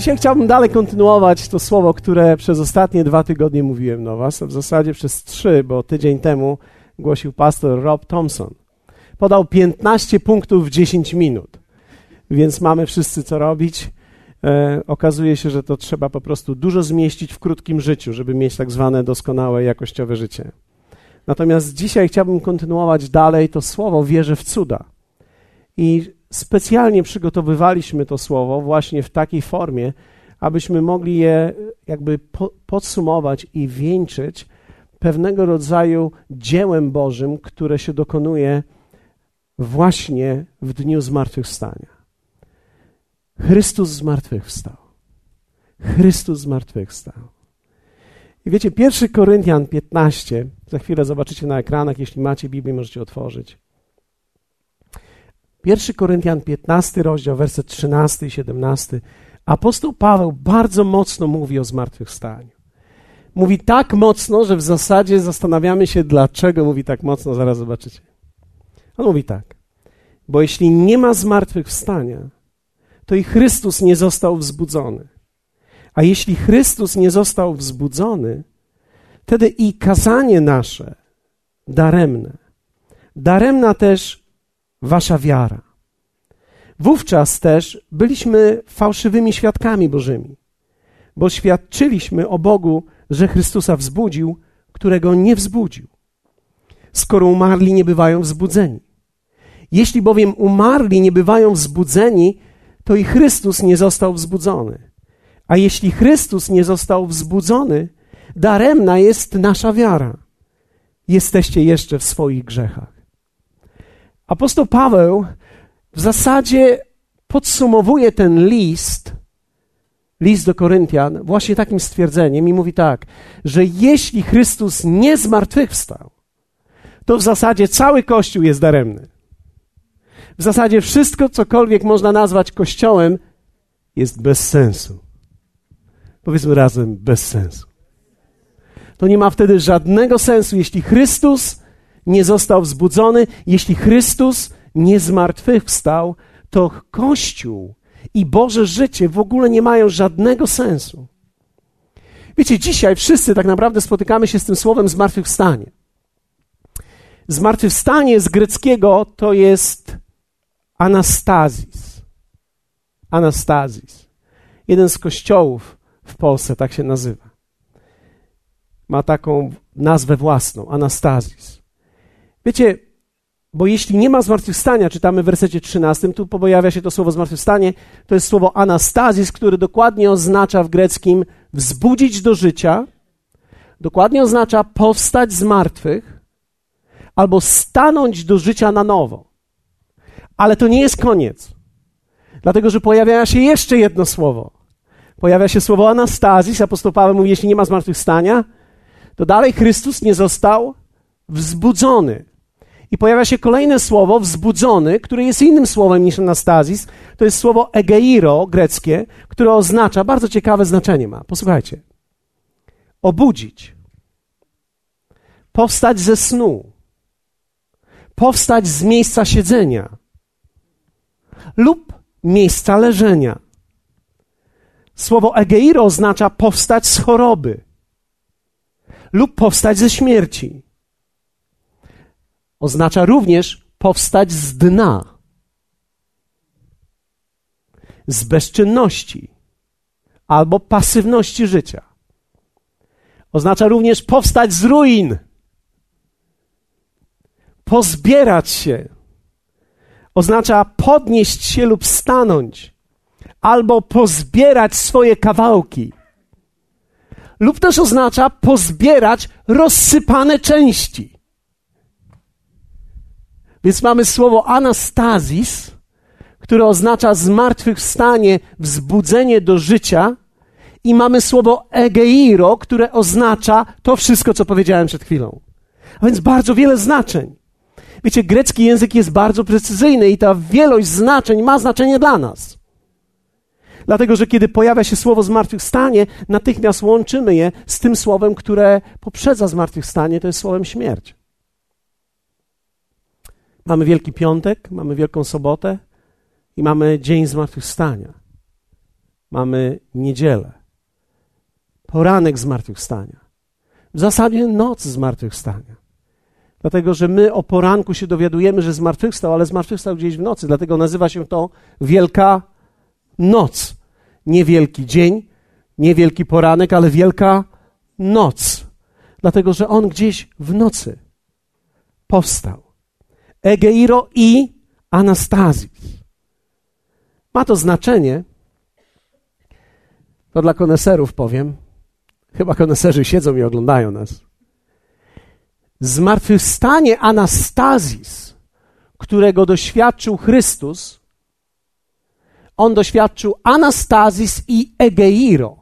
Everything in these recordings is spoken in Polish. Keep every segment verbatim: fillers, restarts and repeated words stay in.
Dzisiaj chciałbym dalej kontynuować to słowo, które przez ostatnie dwa tygodnie mówiłem do was, a w zasadzie przez trzy, bo tydzień temu głosił pastor Rob Thompson. Podał piętnaście punktów w dziesięć minut, więc mamy wszyscy co robić. E, okazuje się, że to trzeba po prostu dużo zmieścić w krótkim życiu, żeby mieć tak zwane doskonałe, jakościowe życie. Natomiast dzisiaj chciałbym kontynuować dalej to słowo wierzę w cuda. I specjalnie przygotowywaliśmy to słowo właśnie w takiej formie, abyśmy mogli je jakby po, podsumować i wieńczyć pewnego rodzaju dziełem Bożym, które się dokonuje właśnie w dniu zmartwychwstania. Chrystus zmartwychwstał. Chrystus zmartwychwstał. I wiecie, pierwszy Koryntian piętnaście, za chwilę zobaczycie na ekranach, jeśli macie Biblię, możecie otworzyć. pierwszy Koryntian piętnasty rozdział, werset trzynasty i siedemnasty. Apostoł Paweł bardzo mocno mówi o zmartwychwstaniu. Mówi tak mocno, że w zasadzie zastanawiamy się, dlaczego mówi tak mocno, zaraz zobaczycie. On mówi tak, bo jeśli nie ma zmartwychwstania, to i Chrystus nie został wzbudzony. A jeśli Chrystus nie został wzbudzony, wtedy i kazanie nasze daremne. Daremna też wasza wiara. Wówczas też byliśmy fałszywymi świadkami Bożymi, bo świadczyliśmy o Bogu, że Chrystusa wzbudził, którego nie wzbudził, skoro umarli nie bywają wzbudzeni. Jeśli bowiem umarli nie bywają wzbudzeni, to i Chrystus nie został wzbudzony. A jeśli Chrystus nie został wzbudzony, daremna jest nasza wiara. Jesteście jeszcze w swoich grzechach. Apostoł Paweł w zasadzie podsumowuje ten list, list do Koryntian, właśnie takim stwierdzeniem i mówi tak, że jeśli Chrystus nie zmartwychwstał, to w zasadzie cały Kościół jest daremny. W zasadzie wszystko, cokolwiek można nazwać Kościołem, jest bez sensu. Powiedzmy razem, bez sensu. To nie ma wtedy żadnego sensu, jeśli Chrystus nie został wzbudzony, jeśli Chrystus nie zmartwychwstał, to Kościół i Boże życie w ogóle nie mają żadnego sensu. Wiecie, dzisiaj wszyscy tak naprawdę spotykamy się z tym słowem zmartwychwstanie. Zmartwychwstanie z greckiego to jest anastazis. Anastazis. Jeden z kościołów w Polsce tak się nazywa. Ma taką nazwę własną, anastazis. Wiecie, bo jeśli nie ma zmartwychwstania, czytamy w wersecie trzynastym, tu pojawia się to słowo zmartwychwstanie, to jest słowo anastazis, które dokładnie oznacza w greckim wzbudzić do życia, dokładnie oznacza powstać z martwych, albo stanąć do życia na nowo. Ale to nie jest koniec, dlatego że pojawia się jeszcze jedno słowo. Pojawia się słowo anastazis, apostoł Paweł mówi, jeśli nie ma zmartwychwstania, to dalej Chrystus nie został wzbudzony. I pojawia się kolejne słowo, wzbudzony, które jest innym słowem niż anastazis. To jest słowo egeiro, greckie, które oznacza, bardzo ciekawe znaczenie ma. Posłuchajcie. Obudzić. Powstać ze snu. Powstać z miejsca siedzenia. Lub miejsca leżenia. Słowo egeiro oznacza powstać z choroby. Lub powstać ze śmierci. Oznacza również powstać z dna, z bezczynności albo pasywności życia. Oznacza również powstać z ruin, pozbierać się. Oznacza podnieść się lub stanąć, albo pozbierać swoje kawałki. Lub też oznacza pozbierać rozsypane części. Więc mamy słowo anastazis, które oznacza zmartwychwstanie, wzbudzenie do życia, i mamy słowo egeiro, które oznacza to wszystko, co powiedziałem przed chwilą. A więc bardzo wiele znaczeń. Wiecie, grecki język jest bardzo precyzyjny i ta wielość znaczeń ma znaczenie dla nas. Dlatego, że kiedy pojawia się słowo zmartwychwstanie, natychmiast łączymy je z tym słowem, które poprzedza zmartwychwstanie, to jest słowem śmierć. Mamy Wielki Piątek, mamy Wielką Sobotę i mamy Dzień Zmartwychwstania. mamy niedzielę, poranek zmartwychwstania, w zasadzie noc zmartwychwstania. Dlatego, że my o poranku się dowiadujemy, że zmartwychwstał, ale zmartwychwstał gdzieś w nocy, dlatego nazywa się to Wielka Noc. Nie wielki dzień, nie wielki poranek, ale Wielka Noc. Dlatego, że On gdzieś w nocy powstał. Egeiro i Anastazis. Ma to znaczenie, to dla koneserów powiem, chyba koneserzy siedzą i oglądają nas. Zmartwychwstanie Anastazis, którego doświadczył Chrystus, On doświadczył Anastazis i Egeiro.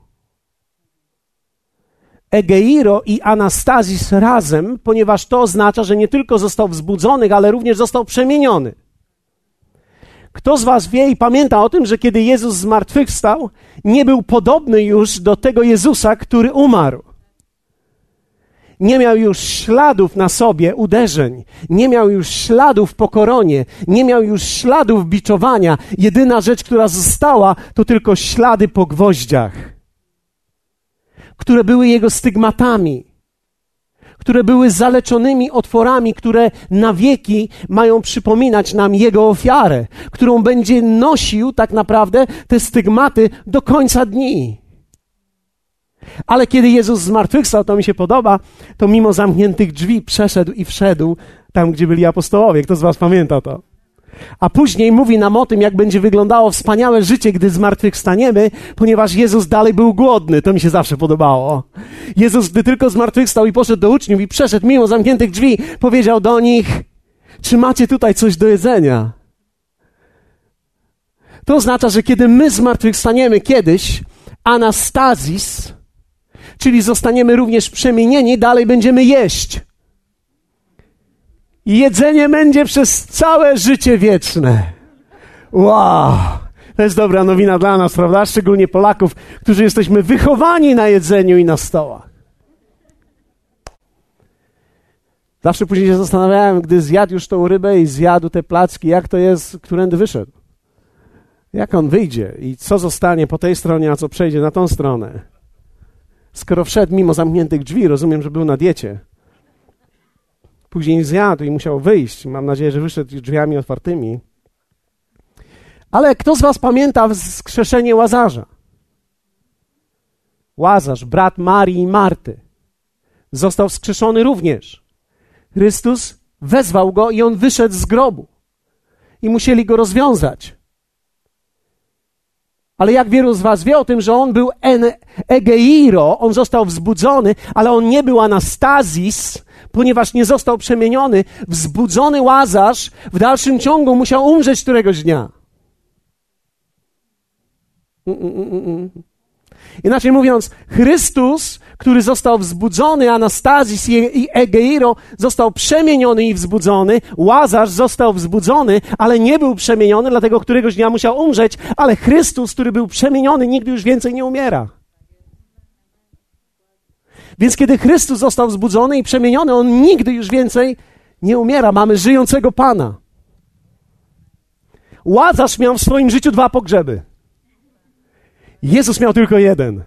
Egeiro i Anastazis razem, ponieważ to oznacza, że nie tylko został wzbudzony, ale również został przemieniony. Kto z was wie i pamięta o tym, że kiedy Jezus zmartwychwstał, nie był podobny już do tego Jezusa, który umarł. Nie miał już śladów na sobie uderzeń, nie miał już śladów po koronie, nie miał już śladów biczowania. Jedyna rzecz, która została, to tylko ślady po gwoździach, które były jego stygmatami, które były zaleczonymi otworami, które na wieki mają przypominać nam jego ofiarę, którą będzie nosił tak naprawdę te stygmaty do końca dni. Ale kiedy Jezus zmartwychwstał, to mi się podoba, to mimo zamkniętych drzwi przeszedł i wszedł tam, gdzie byli apostołowie. Kto z was pamięta to? A później mówi nam o tym, jak będzie wyglądało wspaniałe życie, gdy zmartwychwstaniemy, ponieważ Jezus dalej był głodny. To mi się zawsze podobało. Jezus, gdy tylko zmartwychwstał i poszedł do uczniów i przeszedł mimo zamkniętych drzwi, powiedział do nich: czy macie tutaj coś do jedzenia? To oznacza, że kiedy my zmartwychwstaniemy kiedyś, Anastazis, czyli zostaniemy również przemienieni, dalej będziemy jeść. I jedzenie będzie przez całe życie wieczne. Wow! To jest dobra nowina dla nas, prawda? Szczególnie Polaków, którzy jesteśmy wychowani na jedzeniu i na stołach. Zawsze później się zastanawiałem, gdy zjadł już tą rybę i zjadł te placki, jak to jest, którędy wyszedł. Jak on wyjdzie i co zostanie po tej stronie, a co przejdzie na tą stronę. Skoro wszedł mimo zamkniętych drzwi, rozumiem, że był na diecie. Później zjadł i musiał wyjść. Mam nadzieję, że wyszedł drzwiami otwartymi. Ale kto z was pamięta wskrzeszenie Łazarza? Łazarz, brat Marii i Marty, został wskrzeszony również. Chrystus wezwał go i on wyszedł z grobu. I musieli go rozwiązać. Ale jak wielu z was wie o tym, że on był en, Egeiro, on został wzbudzony, ale on nie był Anastazis, ponieważ nie został przemieniony. Wzbudzony Łazarz w dalszym ciągu musiał umrzeć któregoś dnia. Mm-mm-mm. Inaczej mówiąc, Chrystus, który został wzbudzony, Anastazis i Egeiro, został przemieniony i wzbudzony. Łazarz został wzbudzony, ale nie był przemieniony, dlatego któregoś dnia musiał umrzeć, ale Chrystus, który był przemieniony, nigdy już więcej nie umiera. Więc kiedy Chrystus został wzbudzony i przemieniony, On nigdy już więcej nie umiera. Mamy żyjącego Pana. Łazarz miał w swoim życiu dwa pogrzeby. Jezus miał tylko jeden.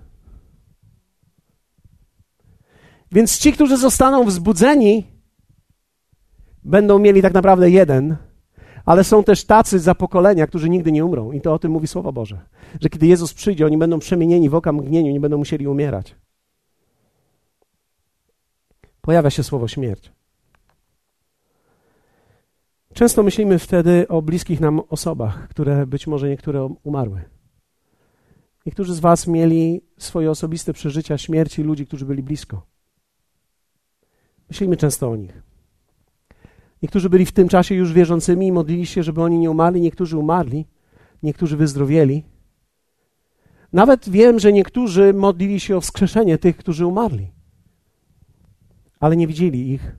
Więc ci, którzy zostaną wzbudzeni, będą mieli tak naprawdę jeden, ale są też tacy za pokolenia, którzy nigdy nie umrą. I to o tym mówi Słowo Boże. Że kiedy Jezus przyjdzie, oni będą przemienieni w okamgnieniu, nie będą musieli umierać. Pojawia się słowo śmierć. Często myślimy wtedy o bliskich nam osobach, które być może niektóre umarły. Niektórzy z was mieli swoje osobiste przeżycia śmierci ludzi, którzy byli blisko. Myślimy często o nich. Niektórzy byli w tym czasie już wierzącymi i modlili się, żeby oni nie umarli. Niektórzy umarli, niektórzy wyzdrowieli. Nawet wiem, że niektórzy modlili się o wskrzeszenie tych, którzy umarli. Ale nie widzieli ich,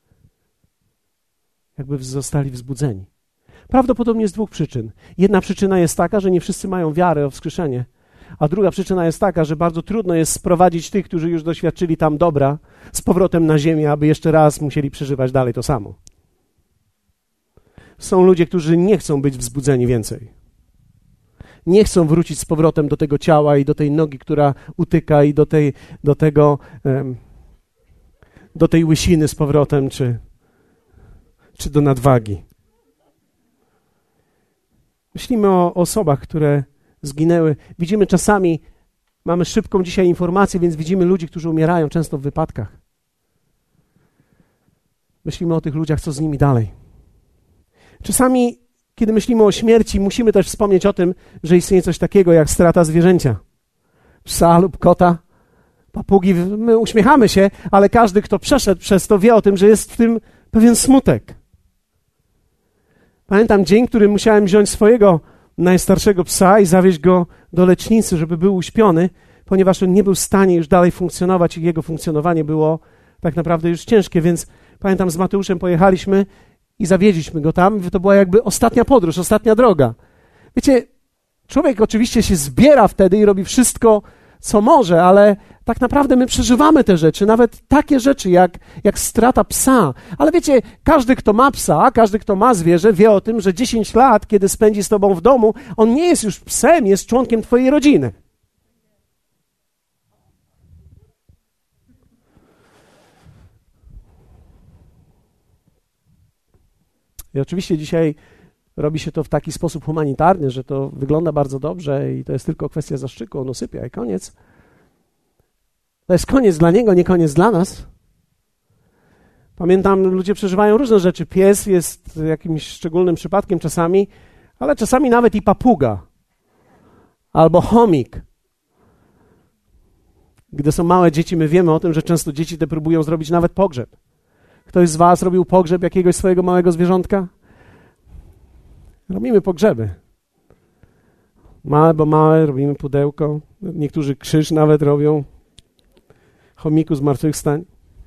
jakby zostali wzbudzeni. Prawdopodobnie z dwóch przyczyn. Jedna przyczyna jest taka, że nie wszyscy mają wiarę o wskrzeszenie, a druga przyczyna jest taka, że bardzo trudno jest sprowadzić tych, którzy już doświadczyli tam dobra, z powrotem na ziemię, aby jeszcze raz musieli przeżywać dalej to samo. Są ludzie, którzy nie chcą być wzbudzeni więcej. nie chcą wrócić z powrotem do tego ciała i do tej nogi, która utyka i do tej, do tego, um, do tej łysiny z powrotem, czy, czy do nadwagi. Myślimy o osobach, które zginęły. Widzimy czasami, mamy szybką dzisiaj informację, więc widzimy ludzi, którzy umierają często w wypadkach. Myślimy o tych ludziach, co z nimi dalej. Czasami, kiedy myślimy o śmierci, musimy też wspomnieć o tym, że istnieje coś takiego jak strata zwierzęcia. Psa lub kota, papugi. My uśmiechamy się, ale każdy, kto przeszedł przez to, wie o tym, że jest w tym pewien smutek. Pamiętam dzień, który musiałem wziąć swojego najstarszego psa i zawieźć go do lecznicy, żeby był uśpiony, ponieważ on nie był w stanie już dalej funkcjonować i jego funkcjonowanie było tak naprawdę już ciężkie, więc pamiętam, z Mateuszem pojechaliśmy i zawieźliśmy go tam. To była jakby ostatnia podróż, ostatnia droga. Wiecie, człowiek oczywiście się zbiera wtedy i robi wszystko, co może, ale tak naprawdę my przeżywamy te rzeczy, nawet takie rzeczy jak, jak strata psa. Ale wiecie, każdy, kto ma psa, każdy, kto ma zwierzę, wie o tym, że dziesięć lat, kiedy spędzi z tobą w domu, on nie jest już psem, jest członkiem twojej rodziny. I oczywiście dzisiaj robi się to w taki sposób humanitarny, że to wygląda bardzo dobrze i to jest tylko kwestia zastrzyku, on usypia i koniec. To jest koniec dla niego, nie koniec dla nas. Pamiętam, ludzie przeżywają różne rzeczy. Pies jest jakimś szczególnym przypadkiem czasami, ale czasami nawet i papuga albo chomik. Gdy są małe dzieci, my wiemy o tym, że często dzieci te próbują zrobić nawet pogrzeb. Ktoś z was robił pogrzeb jakiegoś swojego małego zwierzątka? Robimy pogrzeby. Małe, bo małe, robimy pudełko. Niektórzy krzyż nawet robią. Chomiku zmartwychwstań.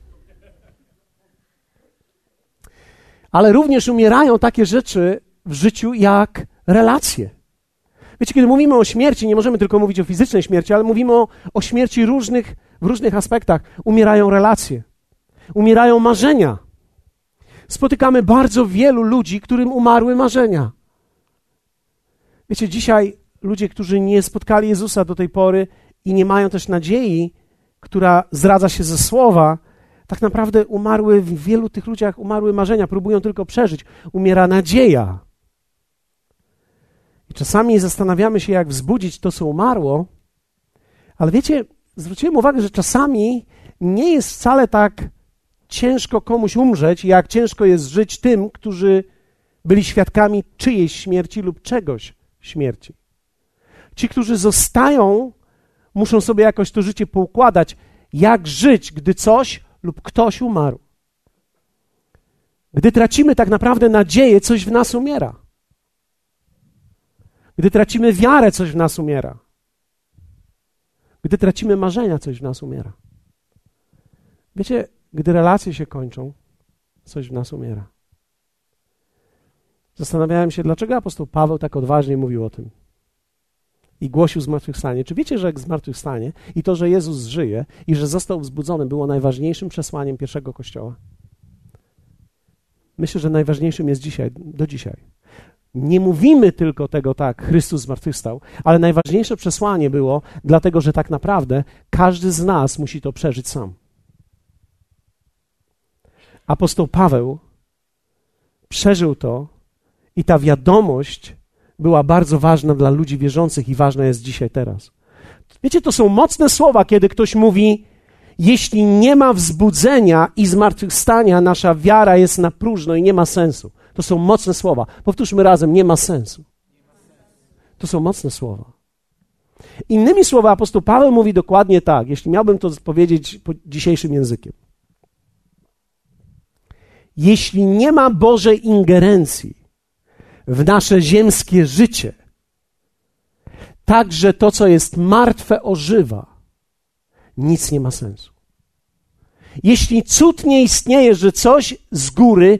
Ale również umierają takie rzeczy w życiu jak relacje. Wiecie, kiedy mówimy o śmierci, nie możemy tylko mówić o fizycznej śmierci, ale mówimy o, o śmierci różnych, w różnych aspektach. Umierają relacje. Umierają marzenia. Spotykamy bardzo wielu ludzi, którym umarły marzenia. Wiecie, dzisiaj ludzie, którzy nie spotkali Jezusa do tej pory i nie mają też nadziei, która zradza się ze słowa, tak naprawdę umarły, w wielu tych ludziach umarły marzenia, próbują tylko przeżyć. Umiera nadzieja. I czasami zastanawiamy się, jak wzbudzić to, co umarło, ale wiecie, zwróciłem uwagę, że czasami nie jest wcale tak ciężko komuś umrzeć, jak ciężko jest żyć tym, którzy byli świadkami czyjejś śmierci lub czegoś śmierci. Ci, którzy zostają, muszą sobie jakoś to życie poukładać, jak żyć, gdy coś lub ktoś umarł. Gdy tracimy tak naprawdę nadzieję, coś w nas umiera. Gdy tracimy wiarę, coś w nas umiera. Gdy tracimy marzenia, coś w nas umiera. Wiecie, gdy relacje się kończą, coś w nas umiera. Zastanawiałem się, dlaczego apostoł Paweł tak odważnie mówił o tym i głosił zmartwychwstanie. Czy wiecie, że zmartwychwstanie i to, że Jezus żyje i że został wzbudzony, było najważniejszym przesłaniem pierwszego Kościoła? Myślę, że najważniejszym jest dzisiaj, do dzisiaj. Nie mówimy tylko tego tak, Chrystus zmartwychwstał, ale najważniejsze przesłanie było, dlatego że tak naprawdę każdy z nas musi to przeżyć sam. Apostoł Paweł przeżył to i ta wiadomość była bardzo ważna dla ludzi wierzących i ważna jest dzisiaj, teraz. Wiecie, to są mocne słowa, kiedy ktoś mówi, jeśli nie ma wzbudzenia i zmartwychwstania, nasza wiara jest na próżno i nie ma sensu. To są mocne słowa. Powtórzmy razem, nie ma sensu. To są mocne słowa. Innymi słowy, apostoł Paweł mówi dokładnie tak, jeśli miałbym to powiedzieć dzisiejszym językiem. Jeśli nie ma Bożej ingerencji w nasze ziemskie życie, tak, że to, co jest martwe, ożywa, nic nie ma sensu. Jeśli cud nie istnieje, że coś z góry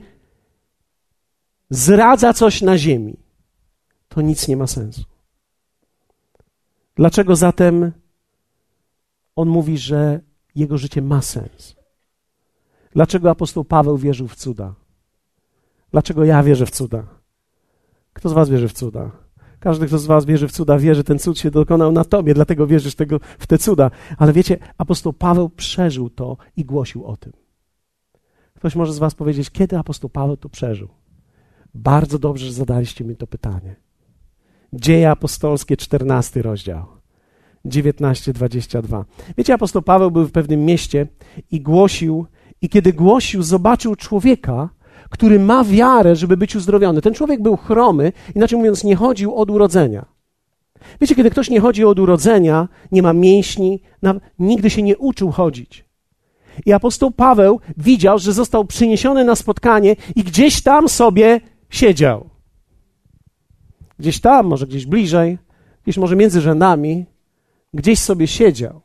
zradza coś na ziemi, to nic nie ma sensu. Dlaczego zatem on mówi, że jego życie ma sens? Dlaczego apostoł Paweł wierzył w cuda? Dlaczego ja wierzę w cuda? Kto z was wierzy w cuda? Każdy, kto z was wierzy w cuda, wie, że ten cud się dokonał na tobie, dlatego wierzysz tego, w te cuda. Ale wiecie, apostoł Paweł przeżył to i głosił o tym. Ktoś może z was powiedzieć, kiedy apostoł Paweł to przeżył? Bardzo dobrze, że zadaliście mi to pytanie. Dzieje apostolskie, czternasty rozdział, dziewiętnaście dwadzieścia dwa. Wiecie, apostoł Paweł był w pewnym mieście i głosił, i kiedy głosił, zobaczył człowieka, który ma wiarę, żeby być uzdrowiony. Ten człowiek był chromy, inaczej mówiąc, nie chodził od urodzenia. Wiecie, kiedy ktoś nie chodzi od urodzenia, nie ma mięśni, nigdy się nie uczył chodzić. I apostoł Paweł widział, że został przyniesiony na spotkanie i gdzieś tam sobie siedział. Gdzieś tam, może gdzieś bliżej, gdzieś może między rzędami, gdzieś sobie siedział.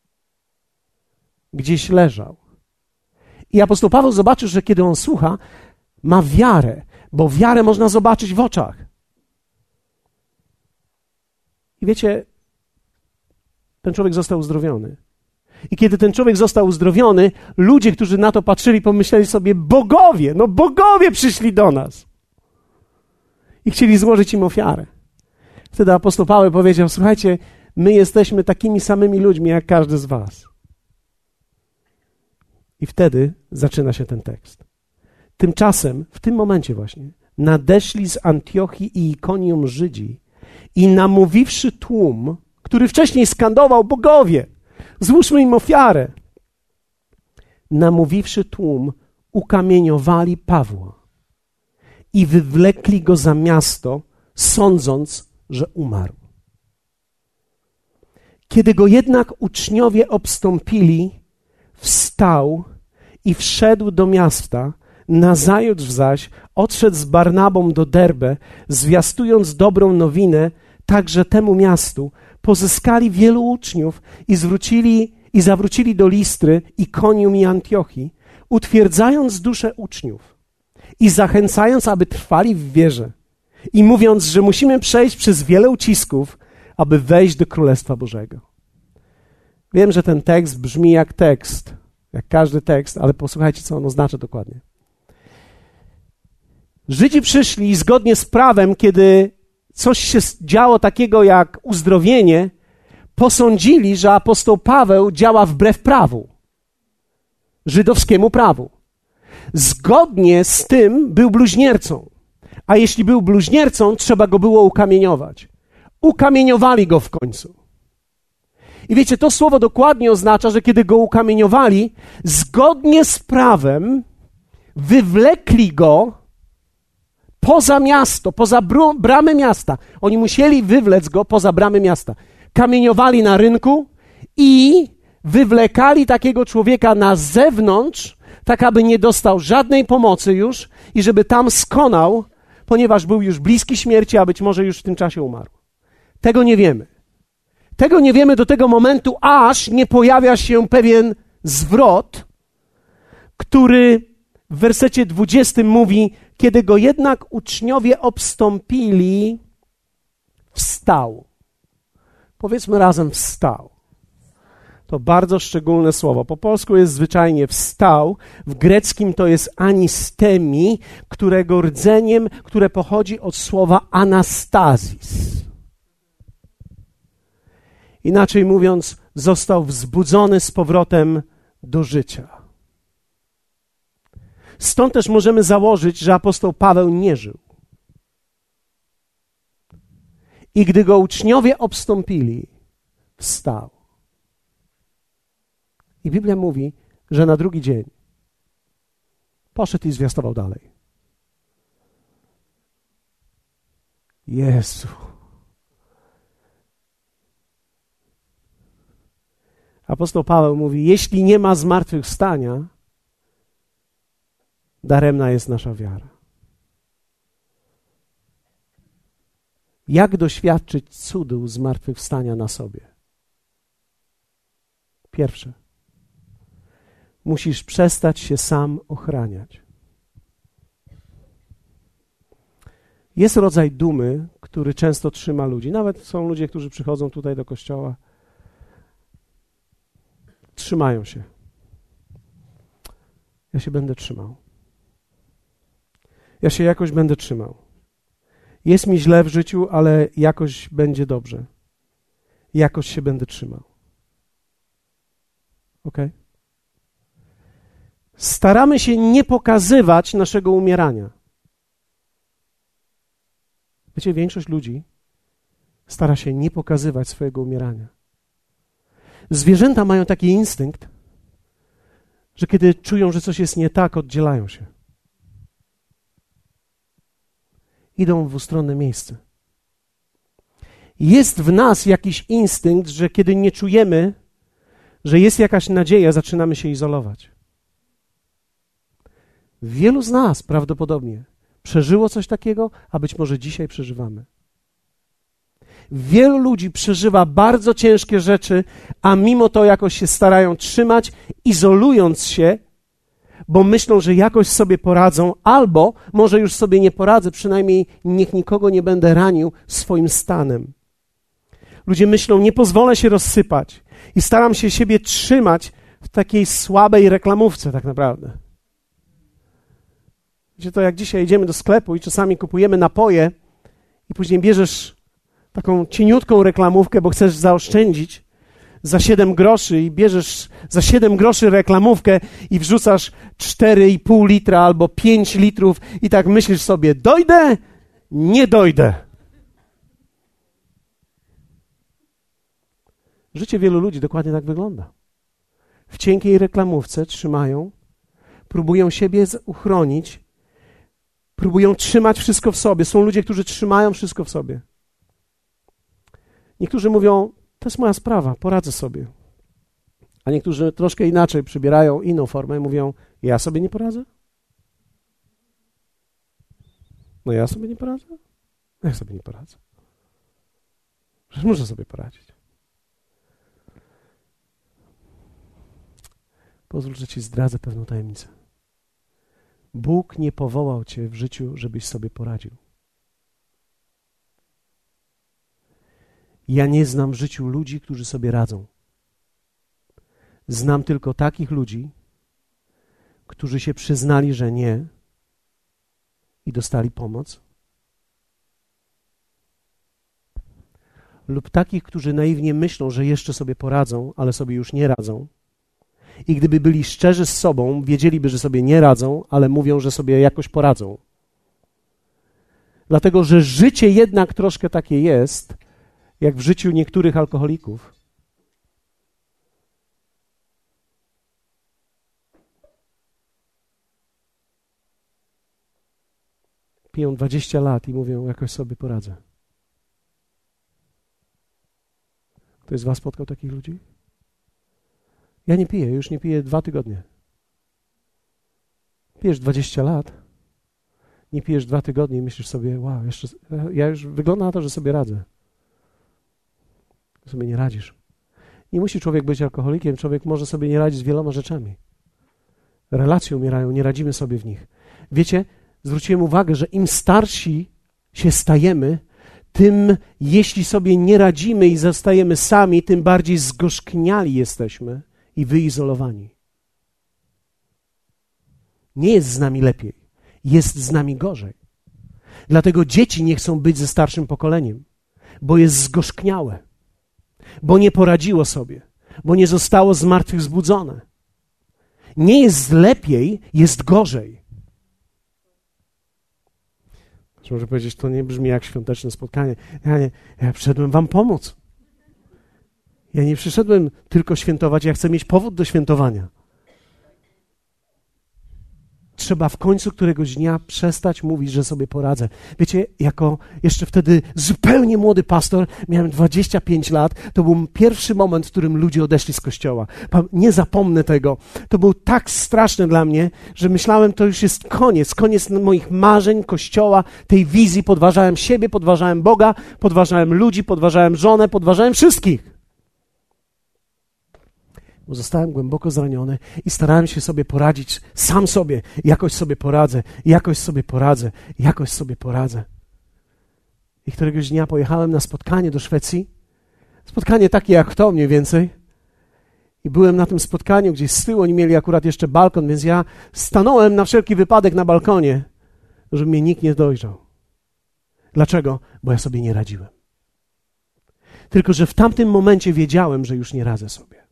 Gdzieś leżał. I apostoł Paweł zobaczył, że kiedy on słucha, ma wiarę, bo wiarę można zobaczyć w oczach. I wiecie, ten człowiek został uzdrowiony. I kiedy ten człowiek został uzdrowiony, ludzie, którzy na to patrzyli, pomyśleli sobie, bogowie, no bogowie przyszli do nas. I chcieli złożyć im ofiarę. Wtedy apostoł Paweł powiedział, słuchajcie, my jesteśmy takimi samymi ludźmi, jak każdy z was. I wtedy zaczyna się ten tekst. Tymczasem, w tym momencie właśnie, nadeszli z Antiochii i Ikonium Żydzi i namówiwszy tłum, który wcześniej skandował bogowie, złóżmy im ofiarę, namówiwszy tłum, ukamieniowali Pawła i wywlekli go za miasto, sądząc, że umarł. Kiedy go jednak uczniowie obstąpili, wstał i wszedł do miasta, nazajutrz zaś odszedł z Barnabą do Derbe, zwiastując dobrą nowinę także temu miastu, pozyskali wielu uczniów i zwrócili i zawrócili do Listry, Ikonium i Antiochii, utwierdzając duszę uczniów i zachęcając, aby trwali w wierze i mówiąc, że musimy przejść przez wiele ucisków, aby wejść do Królestwa Bożego. Wiem, że ten tekst brzmi jak tekst, jak każdy tekst, ale posłuchajcie, co on oznacza dokładnie. Żydzi przyszli i zgodnie z prawem, kiedy coś się działo takiego jak uzdrowienie, posądzili, że apostoł Paweł działa wbrew prawu, żydowskiemu prawu. Zgodnie z tym był bluźniercą, a jeśli był bluźniercą, trzeba go było ukamieniować. Ukamieniowali go w końcu. I wiecie, to słowo dokładnie oznacza, że kiedy go ukamieniowali, zgodnie z prawem wywlekli go poza miasto, poza bramy miasta. Oni musieli wywlec go poza bramy miasta. Kamieniowali na rynku i wywlekali takiego człowieka na zewnątrz, tak aby nie dostał żadnej pomocy już i żeby tam skonał, ponieważ był już bliski śmierci, a być może już w tym czasie umarł. Tego nie wiemy. Tego nie wiemy do tego momentu, aż nie pojawia się pewien zwrot, który w wersecie dwudziestym mówi, kiedy go jednak uczniowie obstąpili, wstał. Powiedzmy razem wstał. To bardzo szczególne słowo. Po polsku jest zwyczajnie wstał, w greckim to jest anistemi, którego rdzeniem, które pochodzi od słowa anastazis. Inaczej mówiąc, został wzbudzony z powrotem do życia. Stąd też możemy założyć, że apostoł Paweł nie żył. I gdy go uczniowie obstąpili, wstał. I Biblia mówi, że na drugi dzień poszedł i zwiastował dalej. Jezu. Apostoł Paweł mówi, jeśli nie ma zmartwychwstania, daremna jest nasza wiara. Jak doświadczyć cudu zmartwychwstania na sobie? Pierwsze. Musisz przestać się sam ochraniać. Jest rodzaj dumy, który często trzyma ludzi. Nawet są ludzie, którzy przychodzą tutaj do kościoła, trzymają się. Ja się będę trzymał. Ja się jakoś będę trzymał. Jest mi źle w życiu, ale jakoś będzie dobrze. Jakoś się będę trzymał. Ok? Staramy się nie pokazywać naszego umierania. Wiecie, większość ludzi stara się nie pokazywać swojego umierania. Zwierzęta mają taki instynkt, że kiedy czują, że coś jest nie tak, oddzielają się. Idą w dwustronne miejsce. Jest w nas jakiś instynkt, że kiedy nie czujemy, że jest jakaś nadzieja, zaczynamy się izolować. Wielu z nas prawdopodobnie przeżyło coś takiego, a być może dzisiaj przeżywamy. Wielu ludzi przeżywa bardzo ciężkie rzeczy, a mimo to jakoś się starają trzymać, izolując się, bo myślą, że jakoś sobie poradzą, albo może już sobie nie poradzę, przynajmniej niech nikogo nie będę ranił swoim stanem. Ludzie myślą, nie pozwolę się rozsypać i staram się siebie trzymać w takiej słabej reklamówce tak naprawdę. Wiecie, to jak dzisiaj idziemy do sklepu i czasami kupujemy napoje i później bierzesz taką cieniutką reklamówkę, bo chcesz zaoszczędzić za siedem groszy i bierzesz za siedem groszy reklamówkę i wrzucasz cztery i pół litra albo pięć litrów i tak myślisz sobie, dojdę? Nie dojdę. Życie wielu ludzi dokładnie tak wygląda. W cienkiej reklamówce trzymają, próbują siebie uchronić, próbują trzymać wszystko w sobie. Są ludzie, którzy trzymają wszystko w sobie. Niektórzy mówią, to jest moja sprawa, poradzę sobie. A niektórzy troszkę inaczej przybierają inną formę i mówią, ja sobie nie poradzę? No ja sobie nie poradzę? Ja sobie nie poradzę. Przecież muszę sobie poradzić. Pozwól, że ci zdradzę pewną tajemnicę. Bóg nie powołał cię w życiu, żebyś sobie poradził. Ja nie znam w życiu ludzi, którzy sobie radzą. Znam tylko takich ludzi, którzy się przyznali, że nie i dostali pomoc. Lub takich, którzy naiwnie myślą, że jeszcze sobie poradzą, ale sobie już nie radzą. I gdyby byli szczerzy z sobą, wiedzieliby, że sobie nie radzą, ale mówią, że sobie jakoś poradzą. Dlatego, że życie jednak troszkę takie jest, jak w życiu niektórych alkoholików. Piją dwadzieścia lat i mówią, jakoś sobie poradzę. Ktoś z was spotkał takich ludzi? Ja nie piję, już nie piję dwa tygodnie. Pijesz dwadzieścia lat, nie pijesz dwa tygodnie i myślisz sobie, wow, jeszcze, ja już wygląda na to, że sobie radzę. Sobie nie radzisz. Nie musi człowiek być alkoholikiem, człowiek może sobie nie radzić z wieloma rzeczami. Relacje umierają, nie radzimy sobie w nich. Wiecie, zwróciłem uwagę, że im starsi się stajemy, tym jeśli sobie nie radzimy i zostajemy sami, tym bardziej zgorzkniali jesteśmy i wyizolowani. Nie jest z nami lepiej, jest z nami gorzej. Dlatego dzieci nie chcą być ze starszym pokoleniem, bo jest zgorzkniałe, bo nie poradziło sobie, bo nie zostało zmartwychwzbudzone. Nie jest lepiej, jest gorzej. Może powiedzieć, to nie brzmi jak świąteczne spotkanie. Ja, nie, ja przyszedłem wam pomóc. Ja nie przyszedłem tylko świętować, ja chcę mieć powód do świętowania. Trzeba w końcu któregoś dnia przestać mówić, że sobie poradzę. Wiecie, jako jeszcze wtedy zupełnie młody pastor, miałem dwadzieścia pięć lat, to był pierwszy moment, w którym ludzie odeszli z kościoła. Nie zapomnę tego. To było tak straszne dla mnie, że myślałem, to już jest koniec, koniec moich marzeń, kościoła, tej wizji. Podważałem siebie, podważałem Boga, podważałem ludzi, podważałem żonę, podważałem wszystkich. Bo zostałem głęboko zraniony i starałem się sobie poradzić sam sobie. Jakoś sobie poradzę, jakoś sobie poradzę, jakoś sobie poradzę. I któregoś dnia pojechałem na spotkanie do Szwecji. Spotkanie takie jak to mniej więcej. I byłem na tym spotkaniu gdzieś z tyłu. Oni mieli akurat jeszcze balkon, więc ja stanąłem na wszelki wypadek na balkonie, żeby mnie nikt nie dojrzał. Dlaczego? Bo ja sobie nie radziłem. Tylko że w tamtym momencie wiedziałem, że już nie radzę sobie.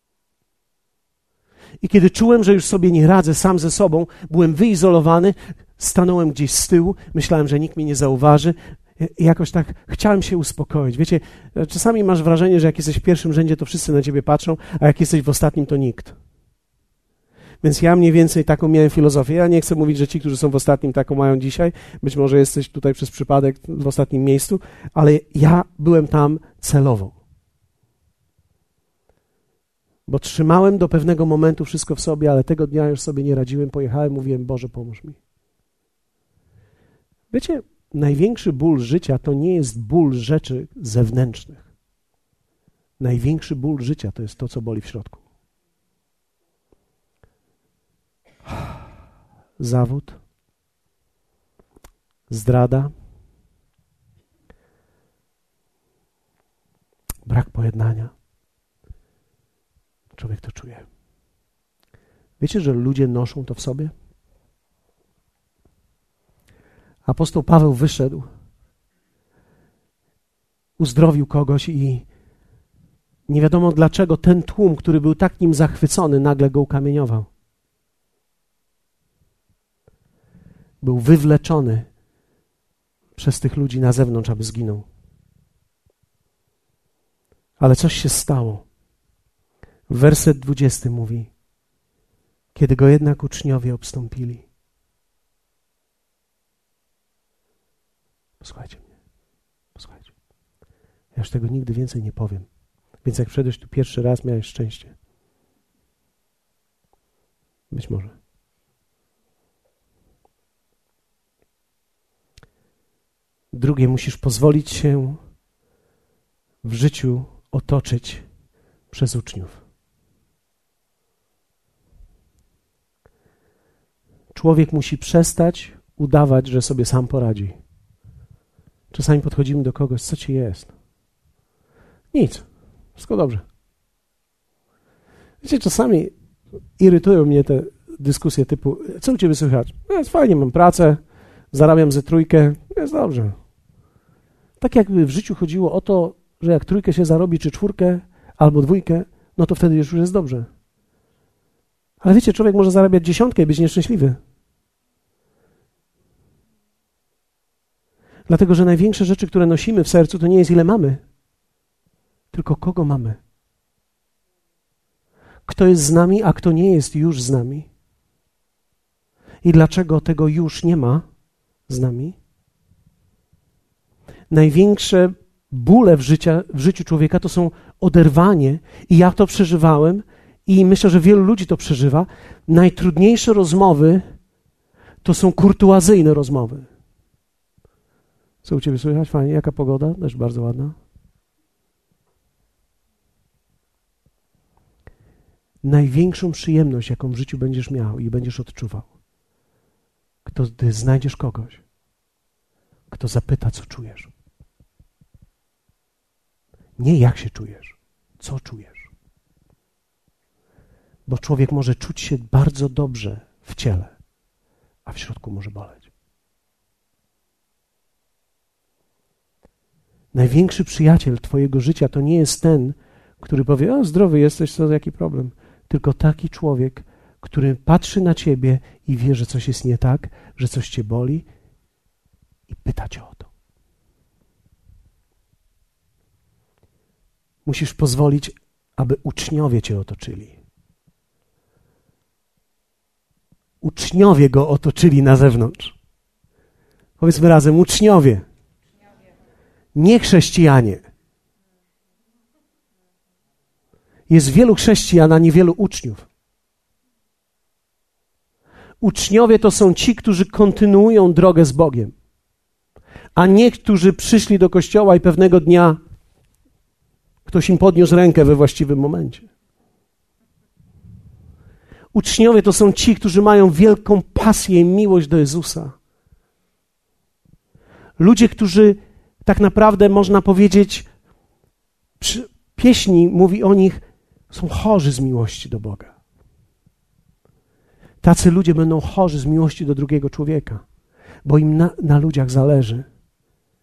I kiedy czułem, że już sobie nie radzę sam ze sobą, byłem wyizolowany, stanąłem gdzieś z tyłu, myślałem, że nikt mnie nie zauważy. I jakoś tak chciałem się uspokoić. Wiecie, czasami masz wrażenie, że jak jesteś w pierwszym rzędzie, to wszyscy na ciebie patrzą, a jak jesteś w ostatnim, to nikt. Więc ja mniej więcej taką miałem filozofię. Ja nie chcę mówić, że ci, którzy są w ostatnim, taką mają dzisiaj. Być może jesteś tutaj przez przypadek w ostatnim miejscu, ale ja byłem tam celowo. Bo trzymałem do pewnego momentu wszystko w sobie, ale tego dnia już sobie nie radziłem. Pojechałem, mówiłem, Boże, pomóż mi. Wiecie, największy ból życia to nie jest ból rzeczy zewnętrznych. Największy ból życia to jest to, co boli w środku. Zawód, zdrada, brak pojednania. Człowiek to czuje. Wiecie, że ludzie noszą to w sobie? Apostoł Paweł wyszedł, uzdrowił kogoś i nie wiadomo dlaczego ten tłum, który był tak nim zachwycony, nagle go ukamieniował. Był wywleczony przez tych ludzi na zewnątrz, aby zginął. Ale coś się stało. Werset dwudziesty mówi, kiedy go jednak uczniowie obstąpili. Posłuchajcie mnie, posłuchajcie. Ja już tego nigdy więcej nie powiem. Więc jak wszedłeś tu pierwszy raz, miałeś szczęście. Być może. Drugie, musisz pozwolić się w życiu otoczyć przez uczniów. Człowiek musi przestać udawać, że sobie sam poradzi. Czasami podchodzimy do kogoś, co ci jest? Nic, wszystko dobrze. Wiecie, czasami irytują mnie te dyskusje typu, co u ciebie słychać? No, jest fajnie, mam pracę, zarabiam ze trójkę, jest dobrze. Tak jakby w życiu chodziło o to, że jak trójkę się zarobi, czy czwórkę, albo dwójkę, no to wtedy już jest dobrze. Ale wiecie, człowiek może zarabiać dziesiątkę i być nieszczęśliwy. Dlatego, że największe rzeczy, które nosimy w sercu, to nie jest ile mamy, tylko kogo mamy. Kto jest z nami, a kto nie jest już z nami. I dlaczego tego już nie ma z nami? Największe bóle w, życia, w życiu człowieka to są oderwanie i ja to przeżywałem i myślę, że wielu ludzi to przeżywa. Najtrudniejsze rozmowy to są kurtuazyjne rozmowy. Co u ciebie słychać? Fajnie. Jaka pogoda? Też bardzo ładna. Największą przyjemność, jaką w życiu będziesz miał i będziesz odczuwał, to gdy znajdziesz kogoś, kto zapyta, co czujesz. Nie jak się czujesz, co czujesz. Bo człowiek może czuć się bardzo dobrze w ciele, a w środku może boleć. Największy przyjaciel twojego życia to nie jest ten, który powie, o zdrowy jesteś, co jaki problem. Tylko taki człowiek, który patrzy na ciebie i wie, że coś jest nie tak, że coś cię boli i pyta cię o to. Musisz pozwolić, aby uczniowie cię otoczyli. Uczniowie go otoczyli na zewnątrz. Powiedzmy razem, uczniowie. Nie chrześcijanie. Jest wielu chrześcijan, a niewielu uczniów. Uczniowie to są ci, którzy kontynuują drogę z Bogiem, a nie którzy przyszli do kościoła i pewnego dnia ktoś im podniósł rękę we właściwym momencie. Uczniowie to są ci, którzy mają wielką pasję i miłość do Jezusa. Ludzie, którzy tak naprawdę, można powiedzieć, przy pieśni mówi o nich, są chorzy z miłości do Boga. Tacy ludzie będą chorzy z miłości do drugiego człowieka, bo im na, na ludziach zależy.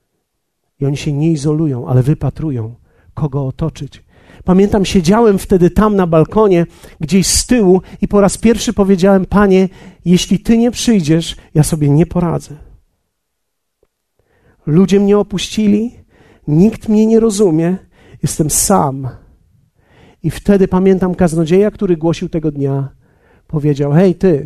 I oni się nie izolują, ale wypatrują, kogo otoczyć. Pamiętam, siedziałem wtedy tam na balkonie, gdzieś z tyłu i po raz pierwszy powiedziałem: Panie, jeśli Ty nie przyjdziesz, ja sobie nie poradzę. Ludzie mnie opuścili, nikt mnie nie rozumie, jestem sam. I wtedy pamiętam kaznodzieja, który głosił tego dnia, powiedział: hej ty,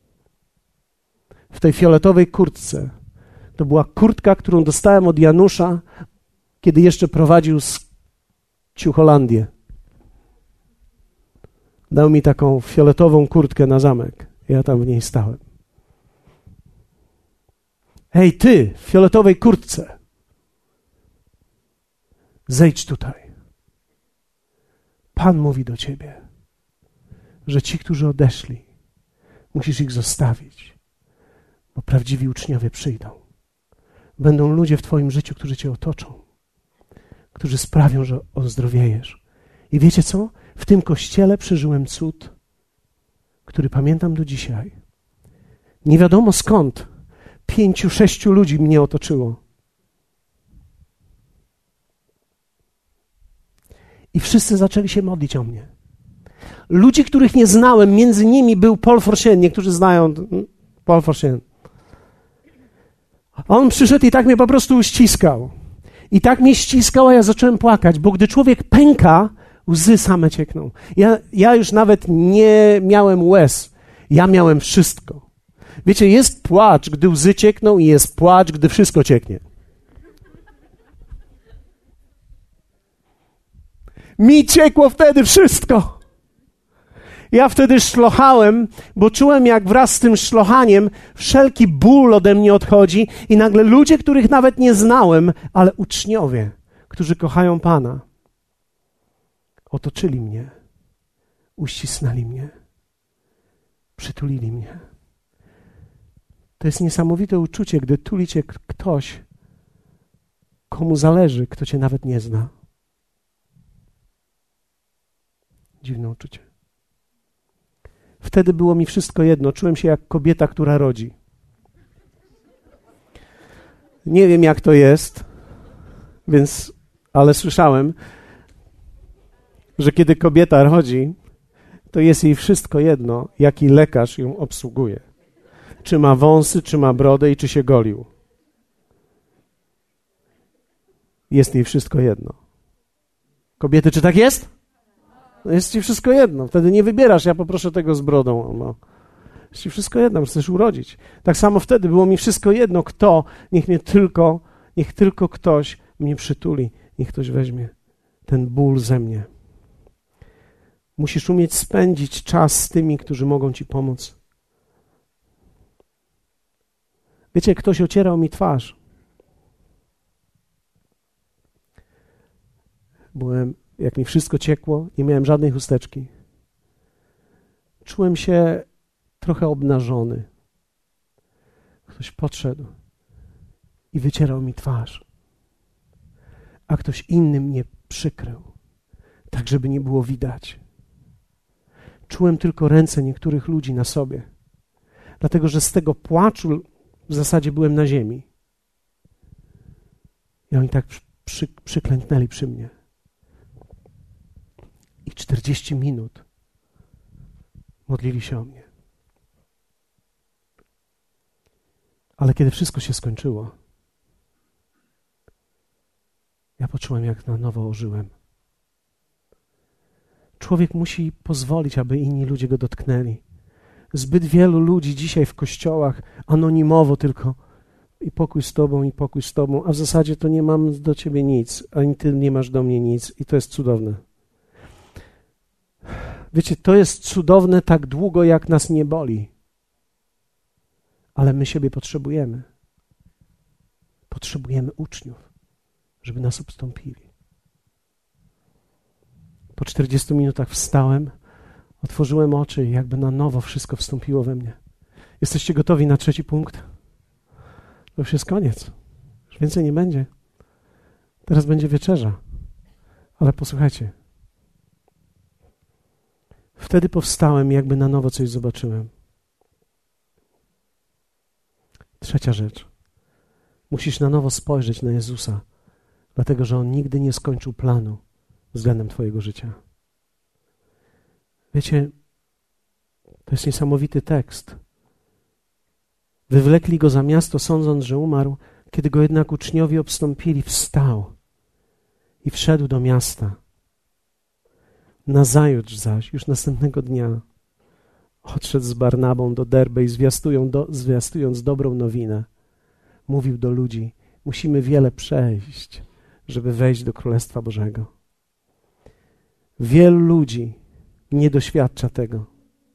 w tej fioletowej kurtce, to była kurtka, którą dostałem od Janusza, kiedy jeszcze prowadził z Ciucholandię. Dał mi taką fioletową kurtkę na zamek. Ja tam w niej stałem. Hej ty, w fioletowej kurtce, zejdź tutaj. Pan mówi do ciebie, że ci, którzy odeszli, musisz ich zostawić, bo prawdziwi uczniowie przyjdą. Będą ludzie w twoim życiu, którzy cię otoczą, którzy sprawią, że ozdrowiejesz. I wiecie co? W tym kościele przeżyłem cud, który pamiętam do dzisiaj. Nie wiadomo skąd pięciu, sześciu ludzi mnie otoczyło. I wszyscy zaczęli się modlić o mnie. Ludzi, których nie znałem, między nimi był Paul Forchen. Niektórzy znają Paul Forchen. On przyszedł i tak mnie po prostu uściskał. I tak mnie ściskał, a ja zacząłem płakać, bo gdy człowiek pęka, łzy same ciekną. Ja, ja już nawet nie miałem łez. Ja miałem wszystko. Wiecie, jest płacz, gdy łzy ciekną i jest płacz, gdy wszystko cieknie. Mi ciekło wtedy wszystko. Ja wtedy szlochałem, bo czułem, jak wraz z tym szlochaniem wszelki ból ode mnie odchodzi i nagle ludzie, których nawet nie znałem, ale uczniowie, którzy kochają Pana, otoczyli mnie, uścisnęli mnie, przytulili mnie. To jest niesamowite uczucie, gdy tuli cię ktoś, komu zależy, kto cię nawet nie zna. Dziwne uczucie. Wtedy było mi wszystko jedno. Czułem się jak kobieta, która rodzi. Nie wiem, jak to jest, więc, ale słyszałem, że kiedy kobieta rodzi, to jest jej wszystko jedno, jaki lekarz ją obsługuje. Czy ma wąsy, czy ma brodę i czy się golił. Jest jej wszystko jedno. Kobiety, czy tak jest? No jest ci wszystko jedno. Wtedy nie wybierasz, ja poproszę tego z brodą. No. Jest ci wszystko jedno, chcesz urodzić. Tak samo wtedy było mi wszystko jedno, kto, niech mnie tylko, niech tylko ktoś mnie przytuli, niech ktoś weźmie ten ból ze mnie. Musisz umieć spędzić czas z tymi, którzy mogą ci pomóc. Wiecie, ktoś ocierał mi twarz. Byłem, jak mi wszystko ciekło, nie miałem żadnej chusteczki. Czułem się trochę obnażony. Ktoś podszedł i wycierał mi twarz. A ktoś inny mnie przykrył, tak żeby nie było widać. Czułem tylko ręce niektórych ludzi na sobie, dlatego że z tego płaczu w zasadzie byłem na ziemi. I oni tak przy, przyklęknęli przy mnie. I czterdzieści minut modlili się o mnie. Ale kiedy wszystko się skończyło, ja poczułem, jak na nowo ożyłem. Człowiek musi pozwolić, aby inni ludzie go dotknęli. Zbyt wielu ludzi dzisiaj w kościołach anonimowo tylko i pokój z tobą, i pokój z tobą, a w zasadzie to nie mam do ciebie nic, ani ty nie masz do mnie nic i to jest cudowne. Wiecie, to jest cudowne tak długo, jak nas nie boli. Ale my siebie potrzebujemy. Potrzebujemy uczniów, żeby nas obstąpili. Po czterdziestu minutach wstałem, otworzyłem oczy i jakby na nowo wszystko wstąpiło we mnie. Jesteście gotowi na trzeci punkt? To już jest koniec. Już więcej nie będzie. Teraz będzie wieczerza. Ale posłuchajcie. Wtedy powstałem i jakby na nowo coś zobaczyłem. Trzecia rzecz. Musisz na nowo spojrzeć na Jezusa Dlatego, że On nigdy nie skończył planu względem twojego życia. Wiecie, to jest niesamowity tekst. Wywlekli Go za miasto, sądząc, że umarł. Kiedy Go jednak uczniowie obstąpili, wstał i wszedł do miasta. Nazajutrz zaś, już następnego dnia, odszedł z Barnabą do Derby i zwiastują do, zwiastując dobrą nowinę, mówił do ludzi: musimy wiele przejść, żeby wejść do Królestwa Bożego. Wielu ludzi nie doświadcza tego.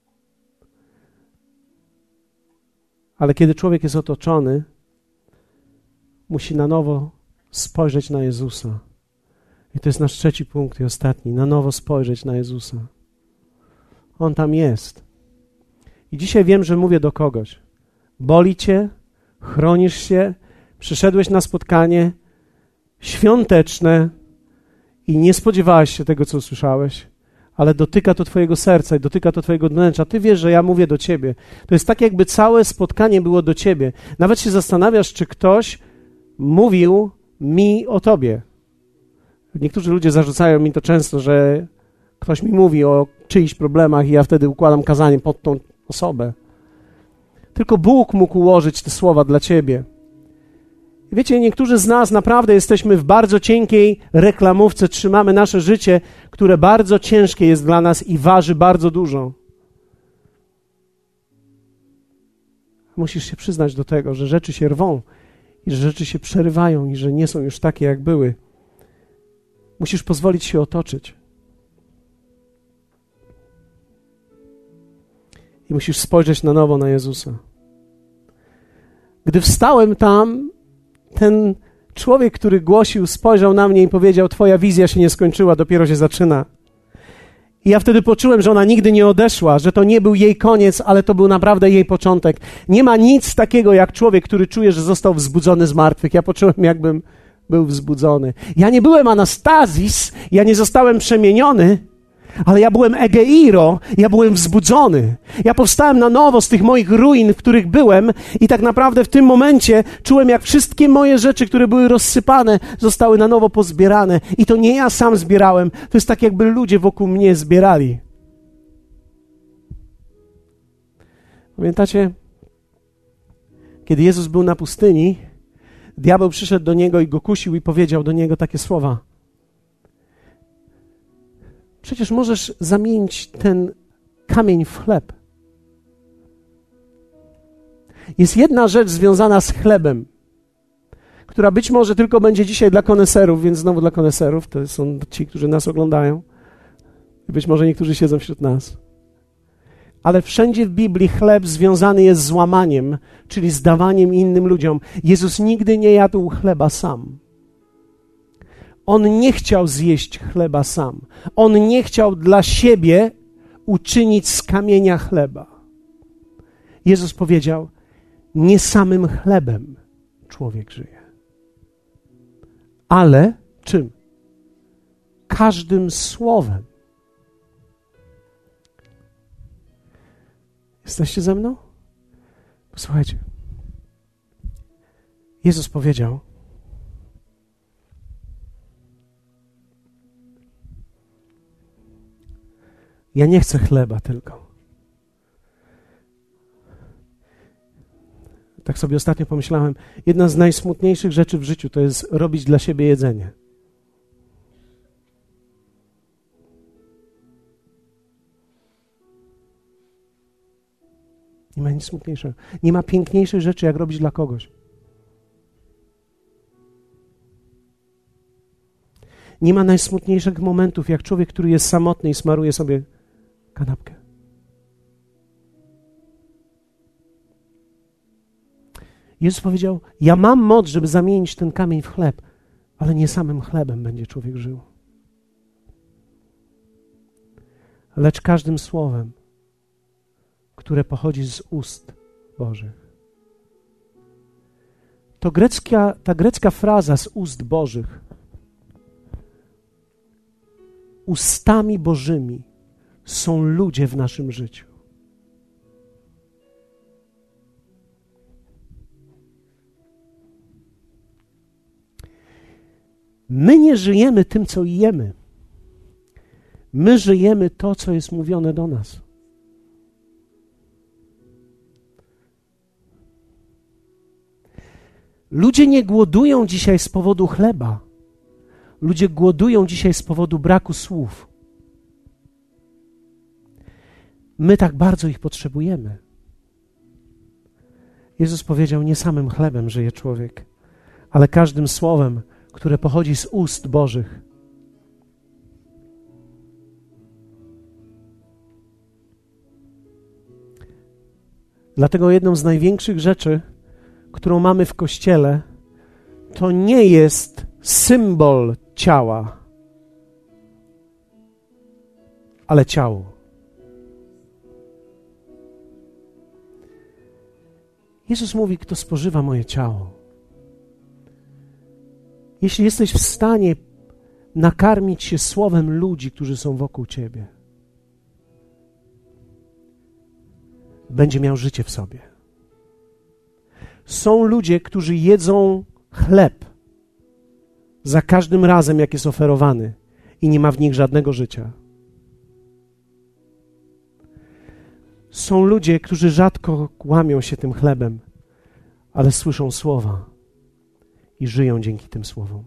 Ale kiedy człowiek jest otoczony, musi na nowo spojrzeć na Jezusa. I to jest nasz trzeci punkt i ostatni. Na nowo spojrzeć na Jezusa. On tam jest. I dzisiaj wiem, że mówię do kogoś. Boli cię, chronisz się, przyszedłeś na spotkanie świąteczne i nie spodziewałeś się tego, co usłyszałeś, ale dotyka to twojego serca i dotyka to twojego wnętrza. Ty wiesz, że ja mówię do ciebie. To jest tak, jakby całe spotkanie było do ciebie. Nawet się zastanawiasz, czy ktoś mówił mi o tobie. Niektórzy ludzie zarzucają mi to często, że ktoś mi mówi o czyichś problemach i ja wtedy układam kazanie pod tą osobę. Tylko Bóg mógł ułożyć te słowa dla ciebie. I wiecie, niektórzy z nas naprawdę jesteśmy w bardzo cienkiej reklamówce, trzymamy nasze życie, które bardzo ciężkie jest dla nas i waży bardzo dużo. Musisz się przyznać do tego, że rzeczy się rwą i że rzeczy się przerywają i że nie są już takie, jak były. Musisz pozwolić się otoczyć. I musisz spojrzeć na nowo na Jezusa. Gdy wstałem tam, ten człowiek, który głosił, spojrzał na mnie i powiedział: twoja wizja się nie skończyła, dopiero się zaczyna. I ja wtedy poczułem, że ona nigdy nie odeszła, że to nie był jej koniec, ale to był naprawdę jej początek. Nie ma nic takiego jak człowiek, który czuje, że został wzbudzony z martwych. Ja poczułem, jakbym był wzbudzony. Ja nie byłem anastazis, ja nie zostałem przemieniony, ale ja byłem egeiro, ja byłem wzbudzony. Ja powstałem na nowo z tych moich ruin, w których byłem i tak naprawdę w tym momencie czułem, jak wszystkie moje rzeczy, które były rozsypane, zostały na nowo pozbierane. I to nie ja sam zbierałem, to jest tak, jakby ludzie wokół mnie zbierali. Pamiętacie? Kiedy Jezus był na pustyni, diabeł przyszedł do Niego i Go kusił i powiedział do Niego takie słowa: przecież możesz zamienić ten kamień w chleb. Jest jedna rzecz związana z chlebem, która być może tylko będzie dzisiaj dla koneserów, więc znowu dla koneserów, to są ci, którzy nas oglądają. Być może niektórzy siedzą wśród nas. Ale wszędzie w Biblii chleb związany jest z łamaniem, czyli z dawaniem innym ludziom. Jezus nigdy nie jadł chleba sam. On nie chciał zjeść chleba sam. On nie chciał dla siebie uczynić z kamienia chleba. Jezus powiedział: nie samym chlebem człowiek żyje, ale czym? Każdym słowem. Jesteście ze mną? Posłuchajcie. Jezus powiedział: ja nie chcę chleba tylko. Tak sobie ostatnio pomyślałem, jedna z najsmutniejszych rzeczy w życiu to jest robić dla siebie jedzenie. Nie ma nic smutniejszego. Nie ma piękniejszej rzeczy, jak robić dla kogoś. Nie ma najsmutniejszych momentów, jak człowiek, który jest samotny i smaruje sobie kanapkę. Jezus powiedział: ja mam moc, żeby zamienić ten kamień w chleb, ale nie samym chlebem będzie człowiek żył, lecz każdym słowem, które pochodzi z ust Bożych. To grecka, ta grecka fraza z ust Bożych, ustami Bożymi są ludzie w naszym życiu. My nie żyjemy tym, co jemy. My żyjemy to, co jest mówione do nas. Ludzie nie głodują dzisiaj z powodu chleba. Ludzie głodują dzisiaj z powodu braku słów. My tak bardzo ich potrzebujemy. Jezus powiedział, nie samym chlebem żyje człowiek, ale każdym słowem, które pochodzi z ust Bożych. Dlatego jedną z największych rzeczy, którą mamy w Kościele, to nie jest symbol ciała, ale ciało. Jezus mówi, kto spożywa moje ciało. Jeśli jesteś w stanie nakarmić się słowem ludzi, którzy są wokół ciebie, będzie miał życie w sobie. Są ludzie, którzy jedzą chleb za każdym razem, jak jest oferowany i nie ma w nich żadnego życia. Są ludzie, którzy rzadko łamią się tym chlebem, ale słyszą słowa i żyją dzięki tym słowom.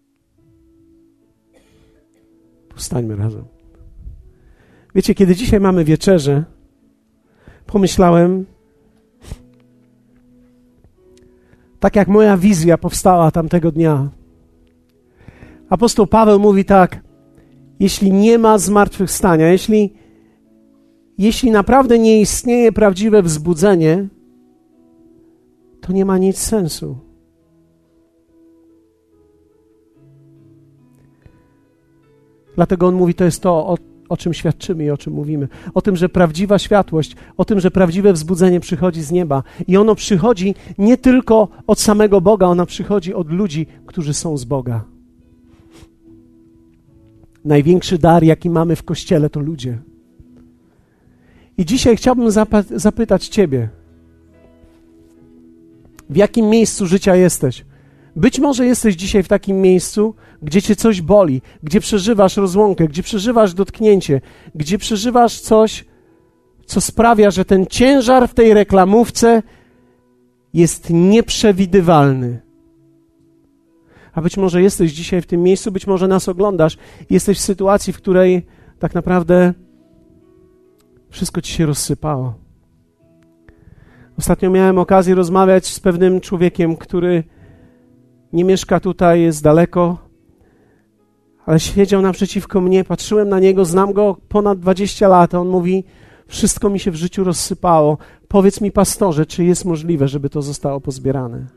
Powstańmy razem. Wiecie, kiedy dzisiaj mamy wieczerzę, pomyślałem, tak jak moja wizja powstała tamtego dnia. Apostoł Paweł mówi tak, jeśli nie ma zmartwychwstania, jeśli, jeśli naprawdę nie istnieje prawdziwe wzbudzenie, to nie ma nic sensu. Dlatego on mówi, to jest to, o, o czym świadczymy i o czym mówimy. O tym, że prawdziwa światłość, o tym, że prawdziwe wzbudzenie przychodzi z nieba. I ono przychodzi nie tylko od samego Boga, ono przychodzi od ludzi, którzy są z Boga. Największy dar, jaki mamy w Kościele, to ludzie. I dzisiaj chciałbym zapa- zapytać Ciebie, w jakim miejscu życia jesteś? Być może jesteś dzisiaj w takim miejscu, gdzie cię coś boli, gdzie przeżywasz rozłąkę, gdzie przeżywasz dotknięcie, gdzie przeżywasz coś, co sprawia, że ten ciężar w tej reklamówce jest nieprzewidywalny. A być może jesteś dzisiaj w tym miejscu, być może nas oglądasz i jesteś w sytuacji, w której tak naprawdę wszystko ci się rozsypało. Ostatnio miałem okazję rozmawiać z pewnym człowiekiem, który nie mieszka tutaj, jest daleko, ale siedział naprzeciwko mnie, patrzyłem na niego, znam go ponad dwadzieścia lat, a on mówi, wszystko mi się w życiu rozsypało. Powiedz mi, pastorze, czy jest możliwe, żeby to zostało pozbierane?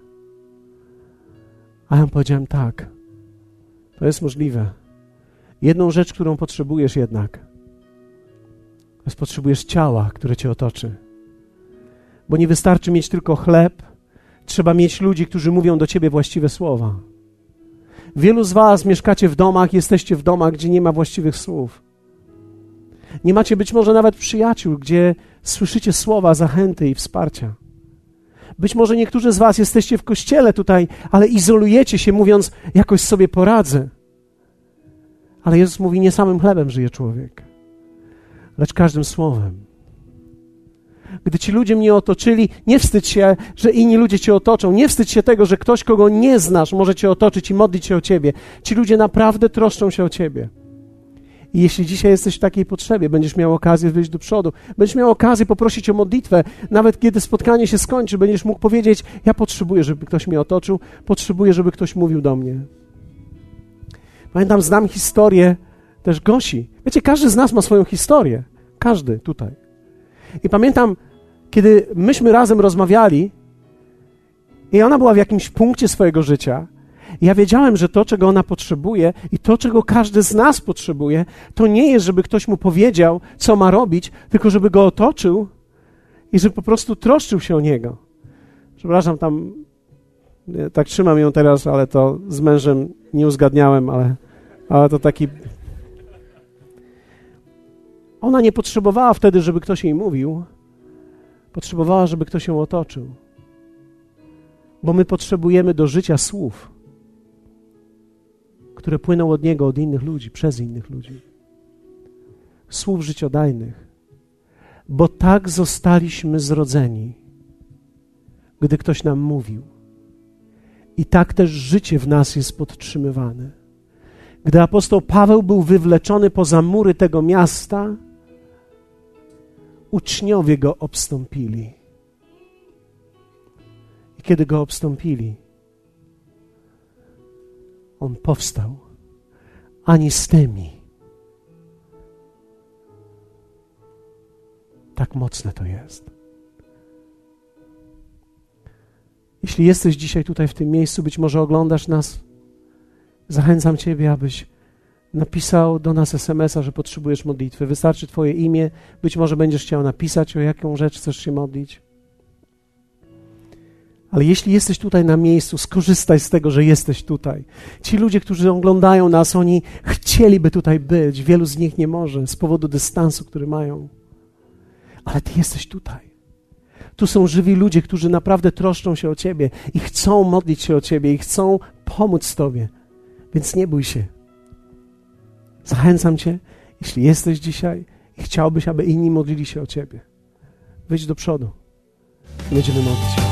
A ja powiedziałem, tak, to jest możliwe. Jedną rzecz, którą potrzebujesz jednak, to jest potrzebujesz ciała, które cię otoczy. Bo nie wystarczy mieć tylko chleb, trzeba mieć ludzi, którzy mówią do ciebie właściwe słowa. Wielu z was mieszkacie w domach, jesteście w domach, gdzie nie ma właściwych słów. Nie macie być może nawet przyjaciół, gdzie słyszycie słowa zachęty i wsparcia. Być może niektórzy z was jesteście w kościele tutaj, ale izolujecie się, mówiąc, jakoś sobie poradzę. Ale Jezus mówi, nie samym chlebem żyje człowiek, lecz każdym słowem. Gdy ci ludzie mnie otoczyli, nie wstydź się, że inni ludzie cię otoczą. Nie wstydź się tego, że ktoś, kogo nie znasz, może cię otoczyć i modlić się o ciebie. Ci ludzie naprawdę troszczą się o ciebie. I jeśli dzisiaj jesteś w takiej potrzebie, będziesz miał okazję wyjść do przodu, będziesz miał okazję poprosić o modlitwę, nawet kiedy spotkanie się skończy, będziesz mógł powiedzieć, ja potrzebuję, żeby ktoś mnie otoczył, potrzebuję, żeby ktoś mówił do mnie. Pamiętam, znam historię też Gosi. Wiecie, każdy z nas ma swoją historię. Każdy tutaj. I pamiętam, kiedy myśmy razem rozmawiali i ona była w jakimś punkcie swojego życia, ja wiedziałem, że to, czego ona potrzebuje i to, czego każdy z nas potrzebuje, to nie jest, żeby ktoś mu powiedział, co ma robić, tylko żeby go otoczył i żeby po prostu troszczył się o niego. Przepraszam, tam tak trzymam ją teraz, ale to z mężem nie uzgadniałem, ale, ale to taki... Ona nie potrzebowała wtedy, żeby ktoś jej mówił. Potrzebowała, żeby ktoś ją otoczył. Bo my potrzebujemy do życia słów, które płyną od Niego, od innych ludzi, przez innych ludzi. Słów życiodajnych. Bo tak zostaliśmy zrodzeni, gdy ktoś nam mówił. I tak też życie w nas jest podtrzymywane. Gdy apostoł Paweł był wywleczony poza mury tego miasta, uczniowie go obstąpili. I kiedy go obstąpili, on powstał, ani z tymi. Tak mocne to jest. Jeśli jesteś dzisiaj tutaj w tym miejscu, być może oglądasz nas, zachęcam Ciebie, abyś napisał do nas es em es a, że potrzebujesz modlitwy. Wystarczy Twoje imię, być może będziesz chciał napisać, o jaką rzecz chcesz się modlić. Ale jeśli jesteś tutaj na miejscu, skorzystaj z tego, że jesteś tutaj. Ci ludzie, którzy oglądają nas, oni chcieliby tutaj być. Wielu z nich nie może z powodu dystansu, który mają. Ale Ty jesteś tutaj. Tu są żywi ludzie, którzy naprawdę troszczą się o Ciebie i chcą modlić się o Ciebie i chcą pomóc Tobie. Więc nie bój się. Zachęcam Cię, jeśli jesteś dzisiaj i chciałbyś, aby inni modlili się o Ciebie. Wyjdź do przodu. Będziemy modlić się.